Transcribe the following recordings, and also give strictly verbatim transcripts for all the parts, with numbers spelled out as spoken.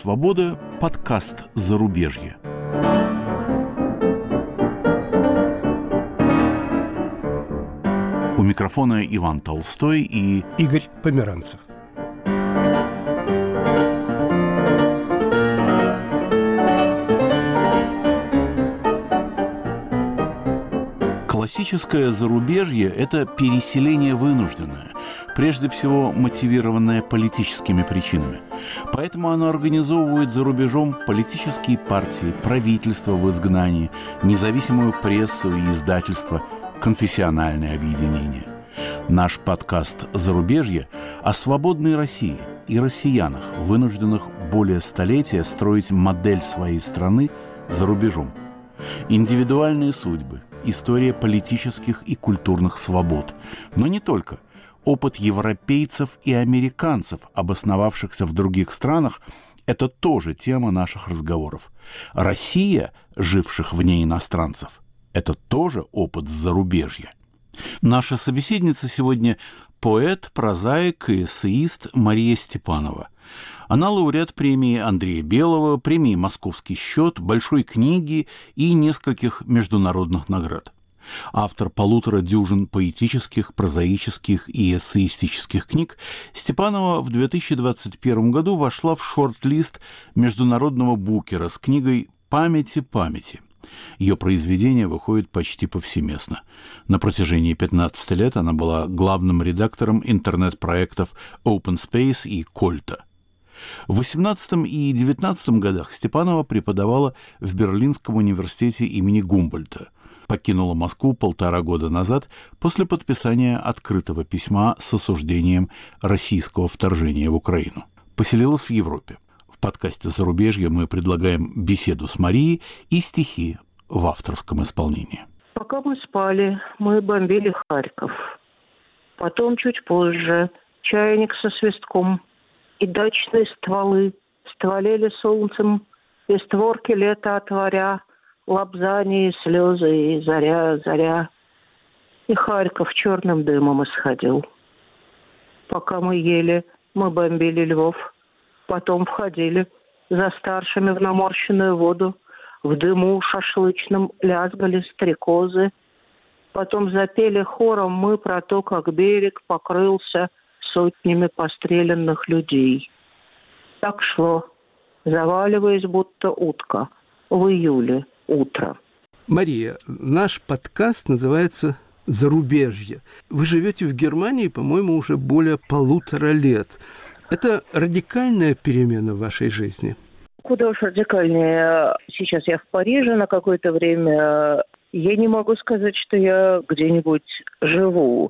Свобода», подкаст «Зарубежье». У микрофона Иван Толстой и Игорь Померанцев. Классическое зарубежье – это переселение вынужденное, прежде всего мотивированное политическими причинами. Поэтому оно организовывает за рубежом политические партии, правительства в изгнании, независимую прессу и издательство, конфессиональные объединения. Наш подкаст «Зарубежье» о свободной России и россиянах, вынужденных более столетия строить модель своей страны за рубежом. Индивидуальные судьбы, история политических и культурных свобод. Но не только. Опыт европейцев и американцев, обосновавшихся в других странах, это тоже тема наших разговоров. Россия, живших вне иностранцев, это тоже опыт зарубежья. Наша собеседница сегодня поэт, прозаик и эссеист Мария Степанова. Она лауреат премии Андрея Белого, премии «Московский счет», большой книги и нескольких международных наград. Автор полутора дюжин поэтических, прозаических и эссеистических книг, Степанова в две тысячи двадцать первом году вошла в шорт-лист международного букера с книгой «Памяти памяти». Ее произведения выходят почти повсеместно. На протяжении пятнадцати лет она была главным редактором интернет-проектов Open Space и Кольта. В восемнадцатом и девятнадцатом годах Степанова преподавала в Берлинском университете имени Гумбольдта. Покинула Москву полтора года назад после подписания открытого письма с осуждением российского вторжения в Украину. Поселилась в Европе. В подкасте «Зарубежье» мы предлагаем беседу с Марией и стихи в авторском исполнении. Пока мы спали, мы бомбили Харьков. Потом, чуть позже, чайник со свистком и дачные стволы стволели солнцем, и створки лета отворя, лобзание, и слезы, и заря, заря. И Харьков черным дымом исходил. Пока мы ели, мы бомбили Львов. Потом входили за старшими в наморщенную воду. В дыму шашлычном лязгали стрекозы. Потом запели хором мы про то, как берег покрылся сотнями постреленных людей. Так шло, заваливаясь, будто утка, в июле утро. Мария, наш подкаст называется «Зарубежье». Вы живете в Германии, по-моему, уже более полутора лет. Это радикальная перемена в вашей жизни? Куда уж радикальнее. Сейчас я в Париже на какое-то время. Я не могу сказать, что я где-нибудь живу.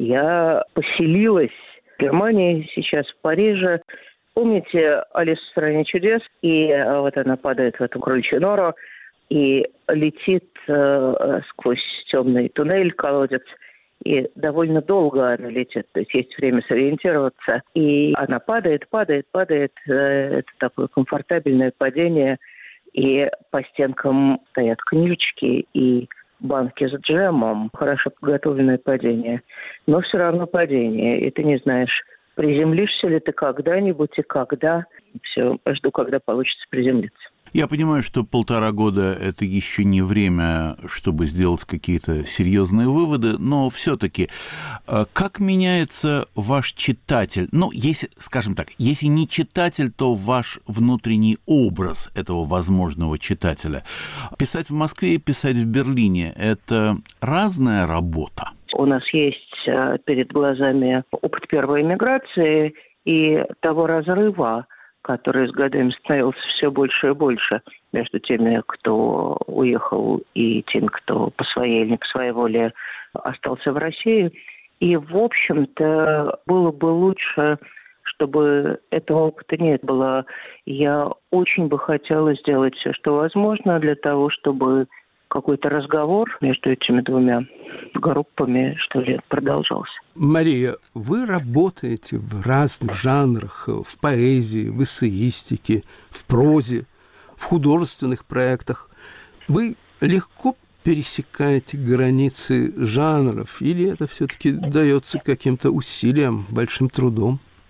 Я поселилась в Германии, сейчас в Париже. Помните «Алису в стране чудес»? И вот она падает в эту кроличью нору и летит э, сквозь темный туннель, колодец. И довольно долго она летит, то есть есть время сориентироваться. И она падает, падает, падает. Это такое комфортабельное падение. И по стенкам стоят книжечки и банки с джемом. Хорошо подготовленное падение. Но все равно падение. И ты не знаешь, приземлишься ли ты когда-нибудь и когда. Все, жду, когда получится приземлиться. Я понимаю, что полтора года – это еще не время, чтобы сделать какие-то серьезные выводы, но все-таки как меняется ваш читатель? Ну, если, скажем так, если не читатель, то ваш внутренний образ этого возможного читателя. Писать в Москве и писать в Берлине – это разная работа? У нас есть перед глазами опыт первой эмиграции и того разрыва, который с годами становился все больше и больше между теми, кто уехал, и теми, кто по своей или не по своей воле остался в России. И, в общем-то, было бы лучше, чтобы этого опыта не было. Я очень бы хотела сделать все, что возможно для того, чтобы какой-то разговор между этими двумя группами, что ли, продолжался. Мария, вы работаете в разных жанрах, в поэзии, в эссеистике, в прозе, в художественных проектах. Вы легко пересекаете границы жанров, или это все-таки дается каким-то усилием, большим трудом?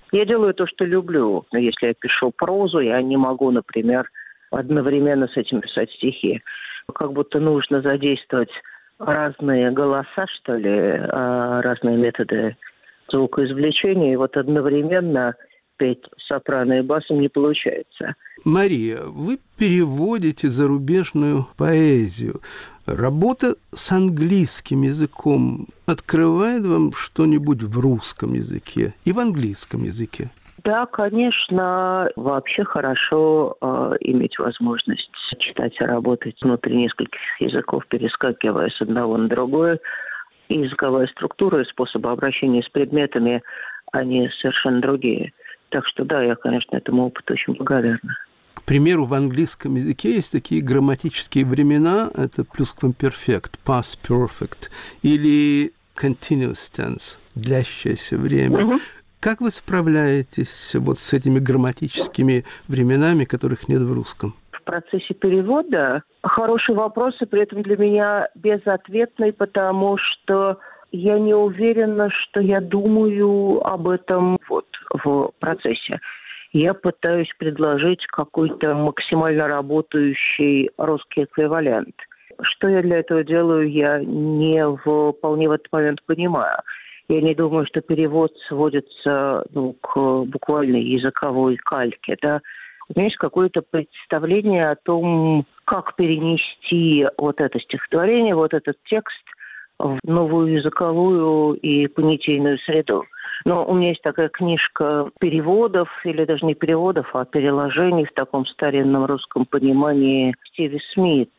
Я делаю то, что люблю. Но если я пишу прозу, я не могу, например, одновременно с этим писать стихи. Как будто нужно задействовать разные голоса, что ли, разные методы звукоизвлечения, и вот одновременно петь сопрано и басом не получается. Мария, вы переводите зарубежную поэзию. Работа с английским языком открывает вам что-нибудь в русском языке и в английском языке? Да, конечно, вообще хорошо э, иметь возможность читать и работать внутри нескольких языков, перескакивая с одного на другое. И языковая структура, и способы обращения с предметами, они совершенно другие. Так что да, я, конечно, этому опыту очень благодарна. К примеру, в английском языке есть такие грамматические времена, это pluskvamperfect, past perfect, или continuous tense, длящееся время. Угу. Как вы справляетесь вот с этими грамматическими временами, которых нет в русском? В процессе перевода хороший вопрос, и при этом для меня безответный, потому что я не уверена, что я думаю об этом вот в процессе. Я пытаюсь предложить какой-то максимально работающий русский эквивалент. Что я для этого делаю, я не вполне в этот момент понимаю. Я не думаю, что перевод сводится ну, к буквальной языковой кальке. Да? У меня есть какое-то представление о том, как перенести вот это стихотворение, вот этот текст в новую языковую и понятийную среду. Но у меня есть такая книжка переводов, или даже не переводов, а переложений в таком старинном русском понимании Стиви Смит,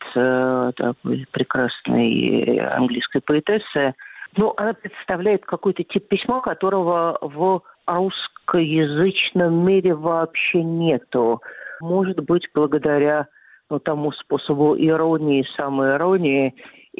такой прекрасной английской поэтессы. Ну, она представляет какой-то тип письма, которого в русскоязычном мире вообще нету. Может быть, благодаря ну, тому способу иронии, самоиронии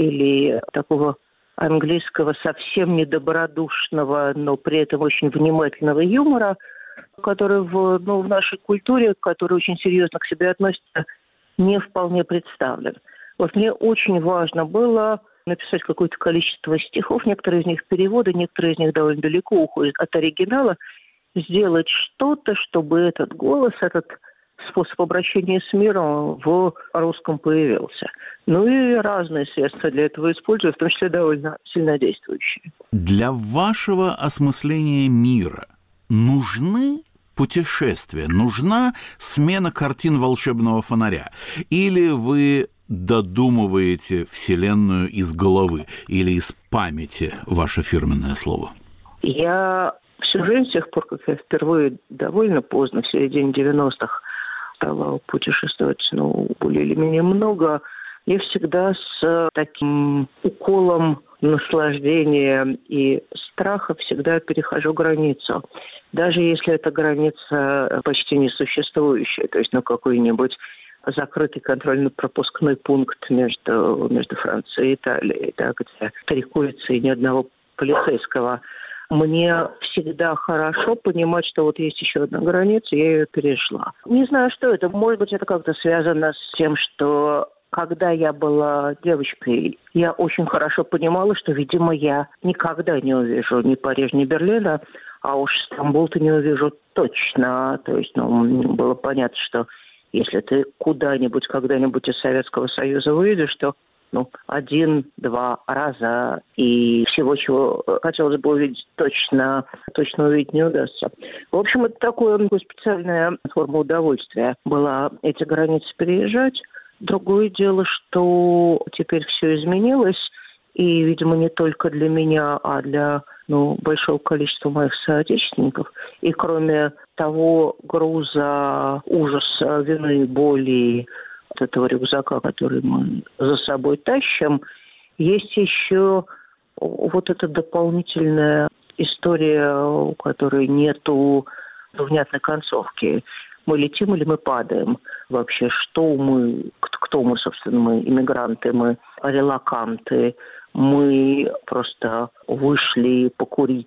или такого английского совсем недобродушного, но при этом очень внимательного юмора, который в, ну, в нашей культуре, который очень серьезно к себе относится, не вполне представлен. Вот мне очень важно было написать какое-то количество стихов, некоторые из них переводы, некоторые из них довольно далеко уходят от оригинала, сделать что-то, чтобы этот голос, этот способ обращения с миром в русском появился. Ну и разные средства для этого использую, в том числе довольно сильнодействующие. Для вашего осмысления мира нужны путешествия, нужна смена картин волшебного фонаря? Или вы додумываете Вселенную из головы или из памяти, ваше фирменное слово? Я всю жизнь, с тех пор, как я впервые довольно поздно, в середине девяностых, стала путешествовать, ну, более или менее много, я всегда с таким уколом наслаждения и страха всегда перехожу границу. Даже если эта граница почти несуществующая, то есть, ну, какой-нибудь закрытый контрольно-пропускной пункт между, между Францией и Италией, да, где три курицы и ни одного полицейского. Мне всегда хорошо понимать, что вот есть еще одна граница, я ее перешла. Не знаю, что это. Может быть, это как-то связано с тем, что когда я была девочкой, я очень хорошо понимала, что, видимо, я никогда не увижу ни Париж, ни Берлина, а уж Стамбул-то не увижу точно. То есть, ну, было понятно, что если ты куда-нибудь, когда-нибудь из Советского Союза выйдешь, то ну, один-два раза, и всего, чего хотелось бы увидеть, точно, точно увидеть не удастся. В общем, это такое, такое специальная форма удовольствия была эти границы переезжать. Другое дело, что теперь все изменилось, и, видимо, не только для меня, а для ну, большого количества моих соотечественников. И кроме того груза ужаса, вины, боли, от этого рюкзака, который мы за собой тащим, есть еще вот эта дополнительная история, у которой нету внятной концовки. Мы летим или мы падаем? Вообще, что мы, кто мы, собственно, мы иммигранты, мы релоканты, мы просто вышли покурить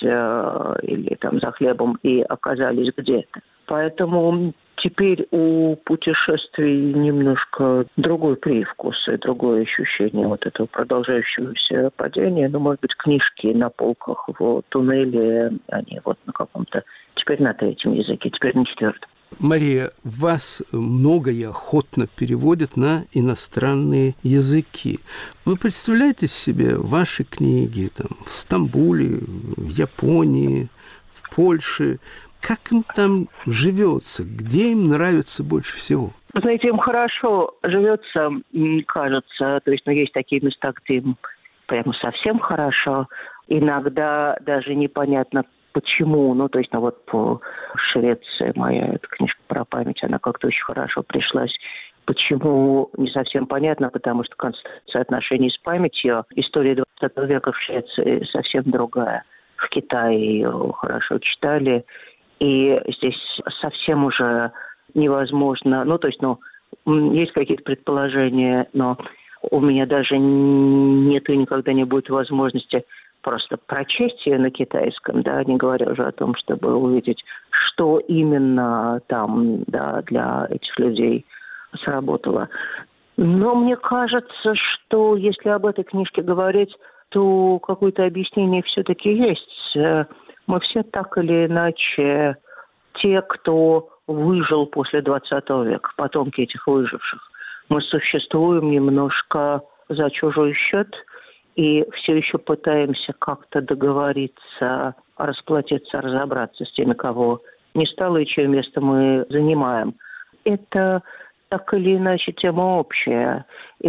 э, или там за хлебом и оказались где-то. Поэтому теперь у путешествий немножко другой привкус и другое ощущение вот этого продолжающегося падения. Ну, может быть, книжки на полках в туннеле, они вот на каком-то теперь на третьем языке, теперь на четвертом. Мария, вас много и охотно переводят на иностранные языки. Вы представляете себе ваши книги там, в Стамбуле, в Японии, в Польше? Как им там живется? Где им нравится больше всего? Вы знаете, им хорошо живется, кажется. То есть, ну, есть такие места, где им прямо совсем хорошо. Иногда даже непонятно, почему. Ну, то есть, ну, вот по Швеции моя эта книжка про память, она как-то очень хорошо пришлась. Почему, не совсем понятно, потому что концепция отношений с памятью, история двадцатого века в Швеции совсем другая. В Китае ее хорошо читали. И здесь совсем уже невозможно. Ну, то есть, ну, есть какие-то предположения, но у меня даже нет и никогда не будет возможности просто прочесть ее на китайском, да, не говоря уже о том, чтобы увидеть, что именно там, да, для этих людей сработало. Но мне кажется, что если об этой книжке говорить, то какое-то объяснение все-таки есть. Мы все так или иначе те, кто выжил после двадцатого века, потомки этих выживших. Мы существуем немножко за чужой счет и все еще пытаемся как-то договориться, расплатиться, разобраться с теми, кого не стало и чье место мы занимаем. Это так или иначе тема общая. И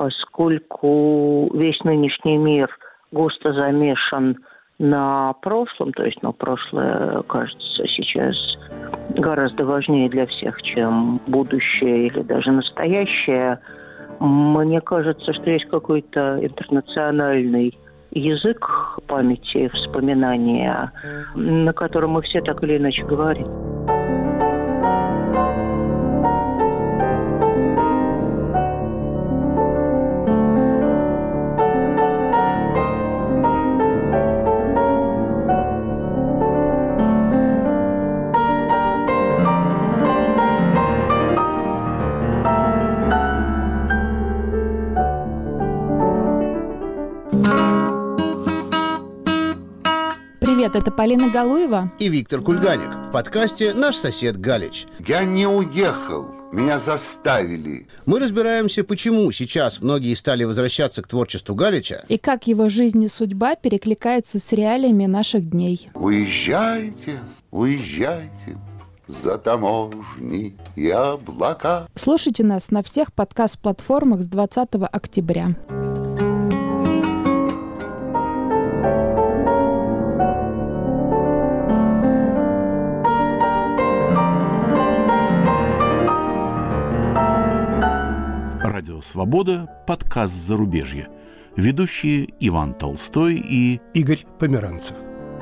поскольку весь нынешний мир густо замешан на прошлом, то есть, ну, прошлое, кажется, сейчас гораздо важнее для всех, чем будущее или даже настоящее, мне кажется, что есть какой-то интернациональный язык памяти, вспоминания, на котором мы все так или иначе говорим. Привет, это Полина Галуева и Виктор Кульганик в подкасте «Наш сосед Галич». Я не уехал, меня заставили. Мы разбираемся, почему сейчас многие стали возвращаться к творчеству Галича и как его жизнь и судьба перекликается с реалиями наших дней. Уезжайте, уезжайте за таможни и облака. Слушайте нас на всех подкаст-платформах с двадцатого октября. Радио «Свобода», подкаст «Зарубежье». Ведущие Иван Толстой и Игорь Померанцев.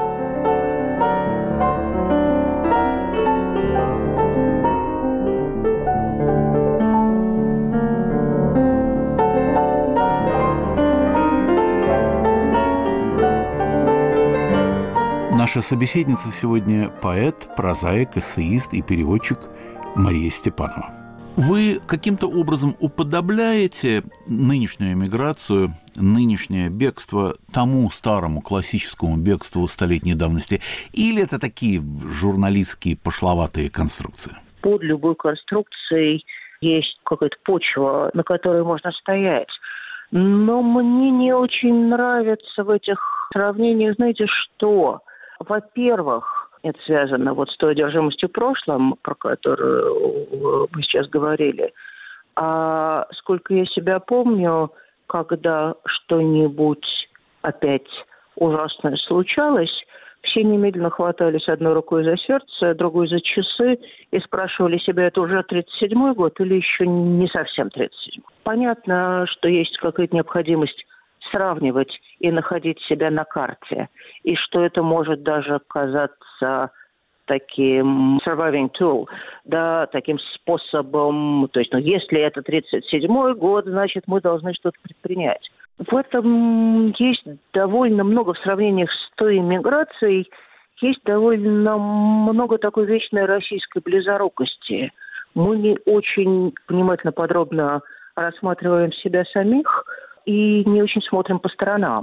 Наша собеседница сегодня поэт, прозаик, эссеист и переводчик Мария Степанова. Вы каким-то образом уподобляете нынешнюю эмиграцию, нынешнее бегство тому старому классическому бегству столетней давности? Или это такие журналистские пошловатые конструкции? Под любой конструкцией есть какая-то почва, на которой можно стоять. Но мне не очень нравится в этих сравнениях, знаете, что? Во-первых, это связано вот с той одержимостью прошлым, про которую мы сейчас говорили. А сколько я себя помню, когда что-нибудь опять ужасное случалось, все немедленно хватались одной рукой за сердце, другой за часы и спрашивали себя, это уже тридцать седьмой год или еще не совсем тридцать седьмой. Понятно, что есть какая-то необходимость сравнивать и находить себя на карте. И что это может даже казаться таким surviving tool, да, таким способом, то есть, ну, если это тридцать седьмой год, значит, мы должны что-то предпринять. В этом есть довольно много в сравнении с той эмиграцией, есть довольно много такой вечной российской близорукости. Мы не очень внимательно, подробно рассматриваем себя самих, и не очень смотрим по сторонам.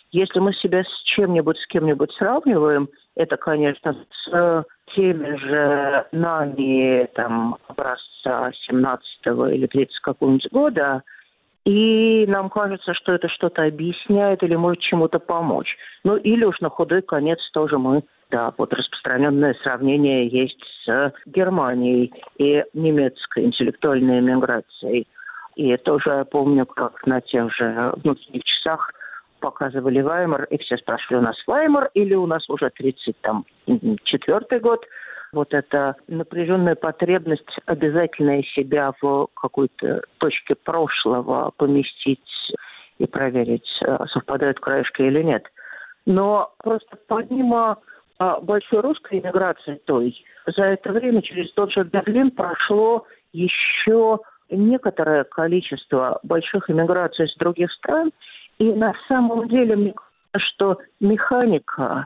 Если мы себя с чем-нибудь, с кем-нибудь сравниваем, это, конечно, с теми же нами там, образца семнадцатого или тридцатого какого-нибудь года, и нам кажется, что это что-то объясняет или может чему-то помочь. Ну, или уж на худой конец тоже мы, да, вот распространенное сравнение есть с Германией и немецкой интеллектуальной эмиграцией. И тоже я помню, как на тех же внутренних часах показывали Ваймар, и все спрашивали, у нас Ваймар или у нас уже тридцать четвёртый год. Вот эта напряженная потребность обязательно себя в какой-то точке прошлого поместить и проверить, совпадают краешки или нет. Но просто помимо большой русской эмиграции той, за это время через тот же Берлин прошло еще некоторое количество больших эмиграций из других стран. И на самом деле, мне кажется, что механика,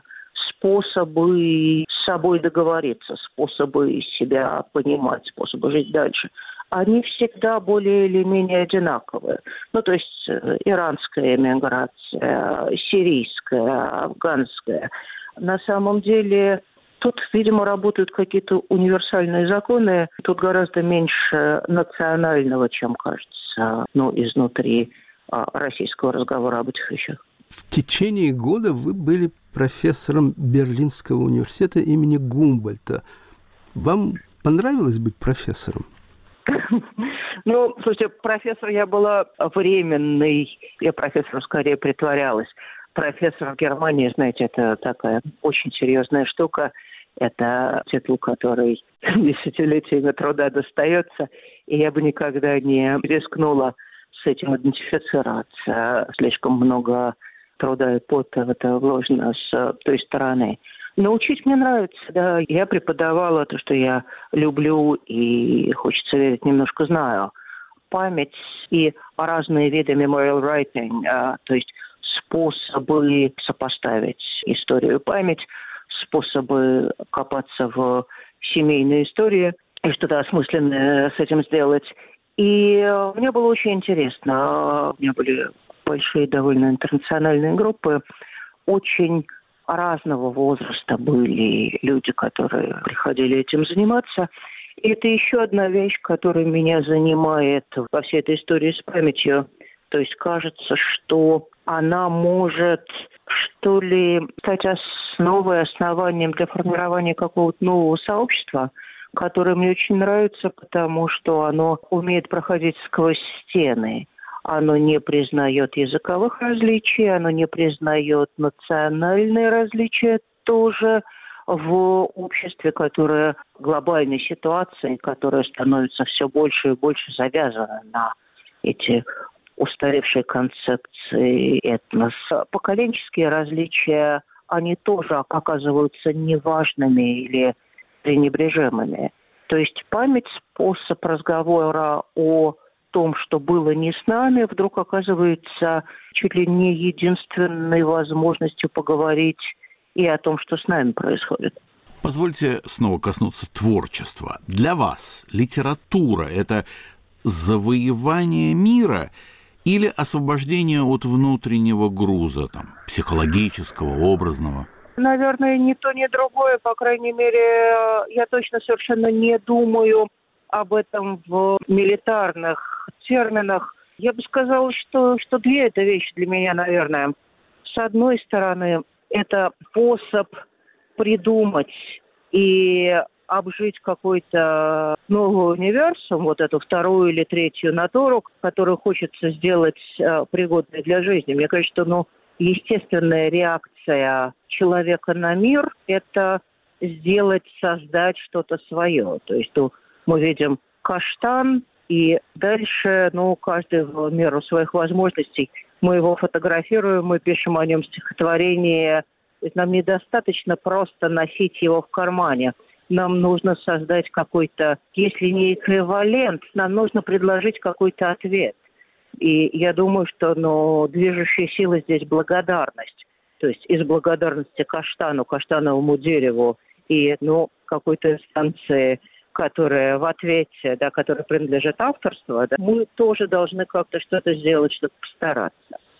способы с собой договориться, способы себя понимать, способы жить дальше, они всегда более или менее одинаковые. Ну, то есть иранская эмиграция, сирийская, афганская. На самом деле тут, видимо, работают какие-то универсальные законы. Тут гораздо меньше национального, чем кажется, ну, изнутри российского разговора об этих вещах. В течение года вы были профессором Берлинского университета имени Гумбольдта. Вам понравилось быть профессором? Ну, слушайте, профессор я была временный. Я профессором скорее притворялась. Профессор в Германии, знаете, это такая очень серьезная штука. Это титул, который десятилетиями труда достается. И я бы никогда не рискнула с этим идентифицироваться. Слишком много труда и пота в это вложено с той стороны. Но учить мне нравится, да. Я преподавала то, что я люблю и, хочется верить, немножко знаю. Память и разные виды memorial writing, а, то есть способы сопоставить историю и память, способы копаться в семейной истории и что-то осмысленное с этим сделать. И мне было очень интересно. У меня были большие довольно интернациональные группы. Очень разного возраста были люди, которые приходили этим заниматься. И это еще одна вещь, которая меня занимает во всей этой истории с памятью. То есть кажется, что она может, что ли, стать основой, основанием для формирования какого-то нового сообщества, которое мне очень нравится, потому что оно умеет проходить сквозь стены. Оно не признает языковых различий, оно не признает национальные различия тоже в обществе, которое в глобальной ситуации, которая становится все больше и больше завязана на эти устаревшие концепции этнос. Поколенческие различия, они тоже оказываются неважными или пренебрежимыми. То есть память, способ разговора о том, что было не с нами, вдруг оказывается чуть ли не единственной возможностью поговорить и о том, что с нами происходит. Позвольте снова коснуться творчества. Для вас литература – это завоевание мира или освобождение от внутреннего груза, там, психологического, образного? Наверное, ни то, ни другое. По крайней мере, я точно совершенно не думаю об этом в милитарных терминах. Я бы сказала, что, что две это вещи для меня, наверное. С одной стороны, это способ придумать и обжить какой-то новый универсум, вот эту вторую или третью натуру, которую хочется сделать э, пригодной для жизни. Мне кажется, что ну, естественная реакция человека на мир – это сделать, создать что-то свое. То есть ну, мы видим каштан, и дальше, ну, каждый в меру своих возможностей, мы его фотографируем, мы пишем о нем стихотворение. То есть нам недостаточно просто носить его в кармане. Нам нужно создать какой-то, если не эквивалент, нам нужно предложить какой-то ответ. И я думаю, что ну, движущая сила здесь благодарность. То есть из благодарности каштану, каштановому дереву и ну, какой-то инстанции, которая в ответе, да, которая принадлежит авторству, да, мы тоже должны как-то что-то сделать, чтобы постараться.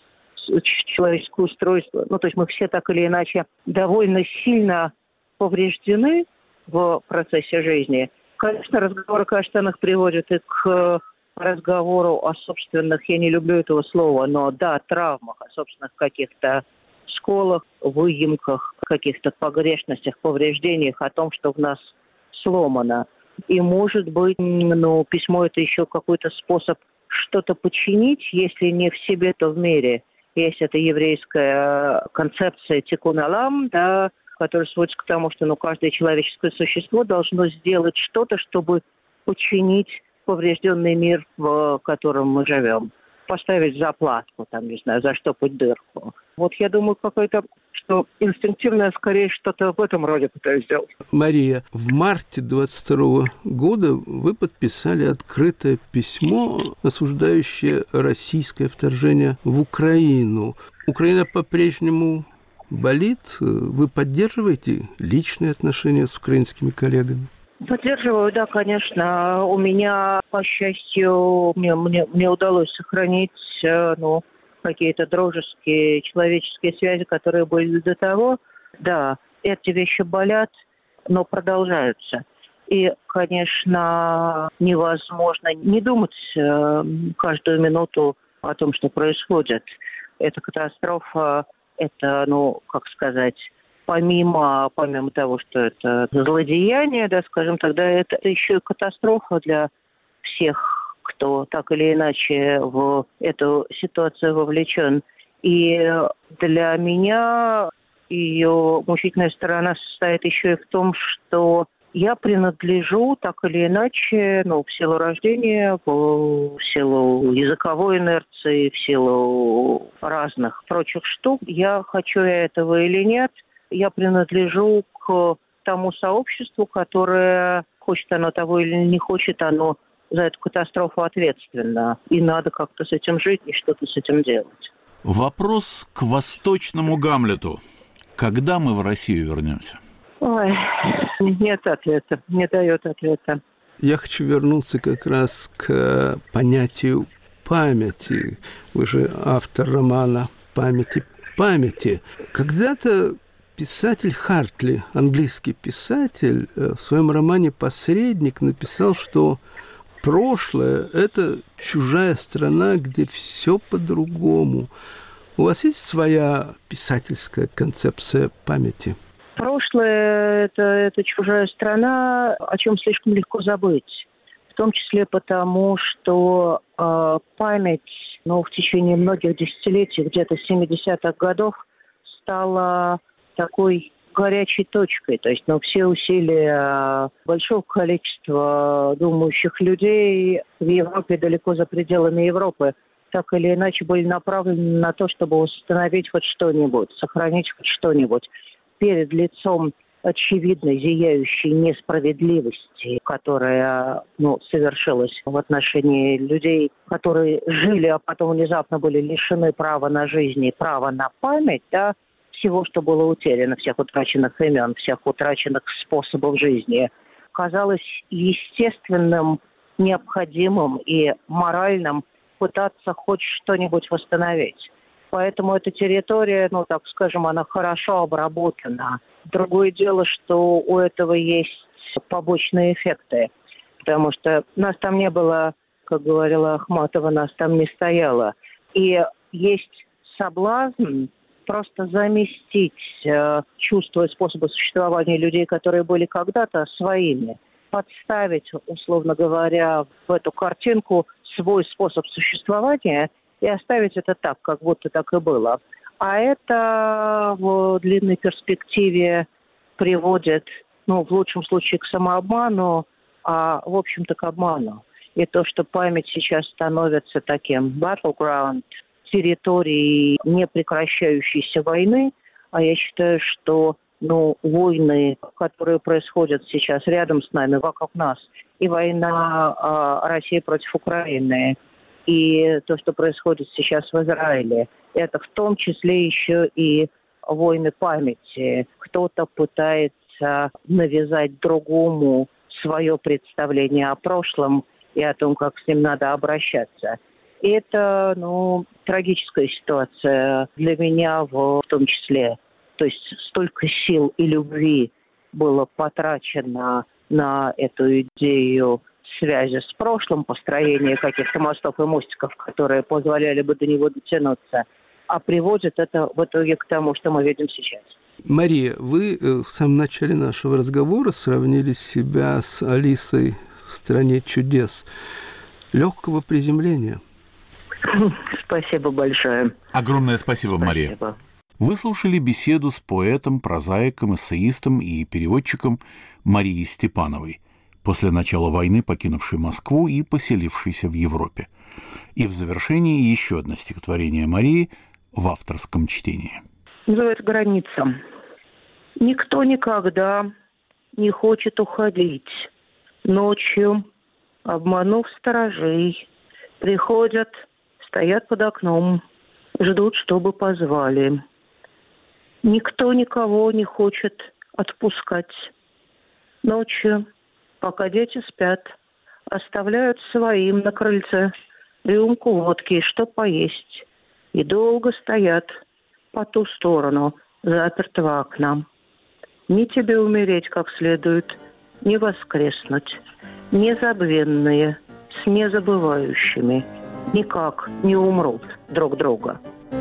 человеческое устройство. Ну, то есть мы все так или иначе довольно сильно повреждены в процессе жизни. Конечно, разговор о каштанах приводит и к разговору о собственных, я не люблю этого слова, но да, травмах, о собственных каких-то сколах, выемках, каких-то погрешностях, повреждениях, о том, что в нас сломано. И, может быть, ну, письмо – это еще какой-то способ что-то починить, если не в себе, то в мире. Есть эта еврейская концепция тикун олам, да, которая сводится к тому, что ну, каждое человеческое существо должно сделать что-то, чтобы починить поврежденный мир, в котором мы живем. Поставить заплатку, там, не знаю, заштопать дырку. Вот я думаю, какое-то, что инстинктивное, скорее, что-то в этом роде пытаюсь сделать. Мария, в марте двадцать второго года вы подписали открытое письмо, осуждающее российское вторжение в Украину. Украина по-прежнему болит? Вы поддерживаете личные отношения с украинскими коллегами? Поддерживаю, да, конечно. У меня, по счастью, мне, мне, мне удалось сохранить ну, какие-то дружеские, человеческие связи, которые были до того. Да, эти вещи болят, но продолжаются. И, конечно, невозможно не думать каждую минуту о том, что происходит. Эта катастрофа, это, ну, как сказать... Помимо, помимо того, что это злодеяние, да, скажем, тогда это еще и катастрофа для всех, кто так или иначе в эту ситуацию вовлечен. И для меня ее мучительная сторона состоит еще и в том, что я принадлежу так или иначе, ну, в силу рождения, в силу языковой инерции, в силу разных прочих штук, я хочу я этого или нет, я принадлежу к тому сообществу, которое, хочет оно того или не хочет, оно за эту катастрофу ответственно. И надо как-то с этим жить и что-то с этим делать. Вопрос к восточному Гамлету. Когда мы в Россию вернемся? Ой, нет ответа, не дает ответа. Я хочу вернуться как раз к понятию памяти. Вы же автор романа «Памяти памяти». Когда-то писатель Хартли, английский писатель, в своем романе «Посредник» написал, что прошлое – это чужая страна, где все по-другому. У вас есть своя писательская концепция памяти? Прошлое это, – это чужая страна, о чем слишком легко забыть. В том числе потому, что э, память ну, в течение многих десятилетий, где-то семидесятых годов, стала такой горячей точкой. То есть ну, все усилия большого количества думающих людей в Европе, далеко за пределами Европы, так или иначе были направлены на то, чтобы восстановить хоть что-нибудь, сохранить хоть что-нибудь перед лицом очевидной, зияющей несправедливости, которая ну, совершилась в отношении людей, которые жили, а потом внезапно были лишены права на жизнь и права на память, да, всего, что было утеряно, всех утраченных имен, всех утраченных способов жизни, казалось естественным, необходимым и моральным пытаться хоть что-нибудь восстановить. Поэтому эта территория, ну, так скажем, она хорошо обработана. Другое дело, что у этого есть побочные эффекты, потому что нас там не было, как говорила Ахматова, нас там не стояло. И есть соблазн просто заместить э, чувства и способы существования людей, которые были когда-то своими, подставить, условно говоря, в эту картинку свой способ существования и оставить это так, как будто так и было. А это в длинной перспективе приводит, ну, в лучшем случае к самообману, а в общем-то к обману. И то, что память сейчас становится таким battleground, территорией непрекращающейся войны, а я считаю, что ну, войны, которые происходят сейчас рядом с нами, вокруг нас, и война э, России против Украины, и то, что происходит сейчас в Израиле, это в том числе еще и войны памяти. Кто-то пытается навязать другому свое представление о прошлом и о том, как с ним надо обращаться. И это, ну, трагическая ситуация для меня в, в том числе. То есть столько сил и любви было потрачено на эту идею связи с прошлым, построения каких-то мостов и мостиков, которые позволяли бы до него дотянуться, а приводит это в итоге к тому, что мы видим сейчас. Мария, вы в самом начале нашего разговора сравнили себя с Алисой в «Стране чудес». Легкого приземления. Спасибо большое. Огромное спасибо, Мария. Спасибо. Вы слушали беседу с поэтом, прозаиком, эссеистом и переводчиком Марией Степановой, после начала войны покинувшей Москву и поселившейся в Европе. И в завершении еще одно стихотворение Марии в авторском чтении. Называется «Граница». Никто никогда не хочет уходить. Ночью, обманув сторожей, приходят, стоят под окном, ждут, чтобы позвали. Никто никого не хочет отпускать. Ночью, пока дети спят, оставляют своим на крыльце рюмку водки, что поесть, и долго стоят по ту сторону запертого окна. Ни тебе умереть как следует, ни воскреснуть. Незабвенные, с незабывающими, никак не умрут друг друга.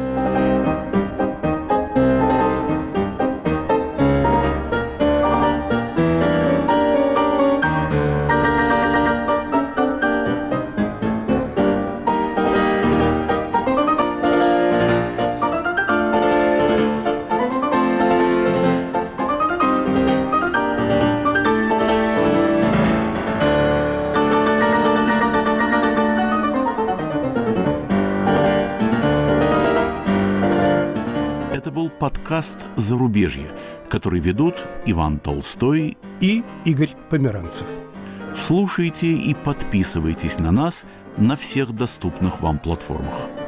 Подкаст «Зарубежье», который ведут Иван Толстой и Игорь Померанцев. Слушайте и подписывайтесь на нас на всех доступных вам платформах.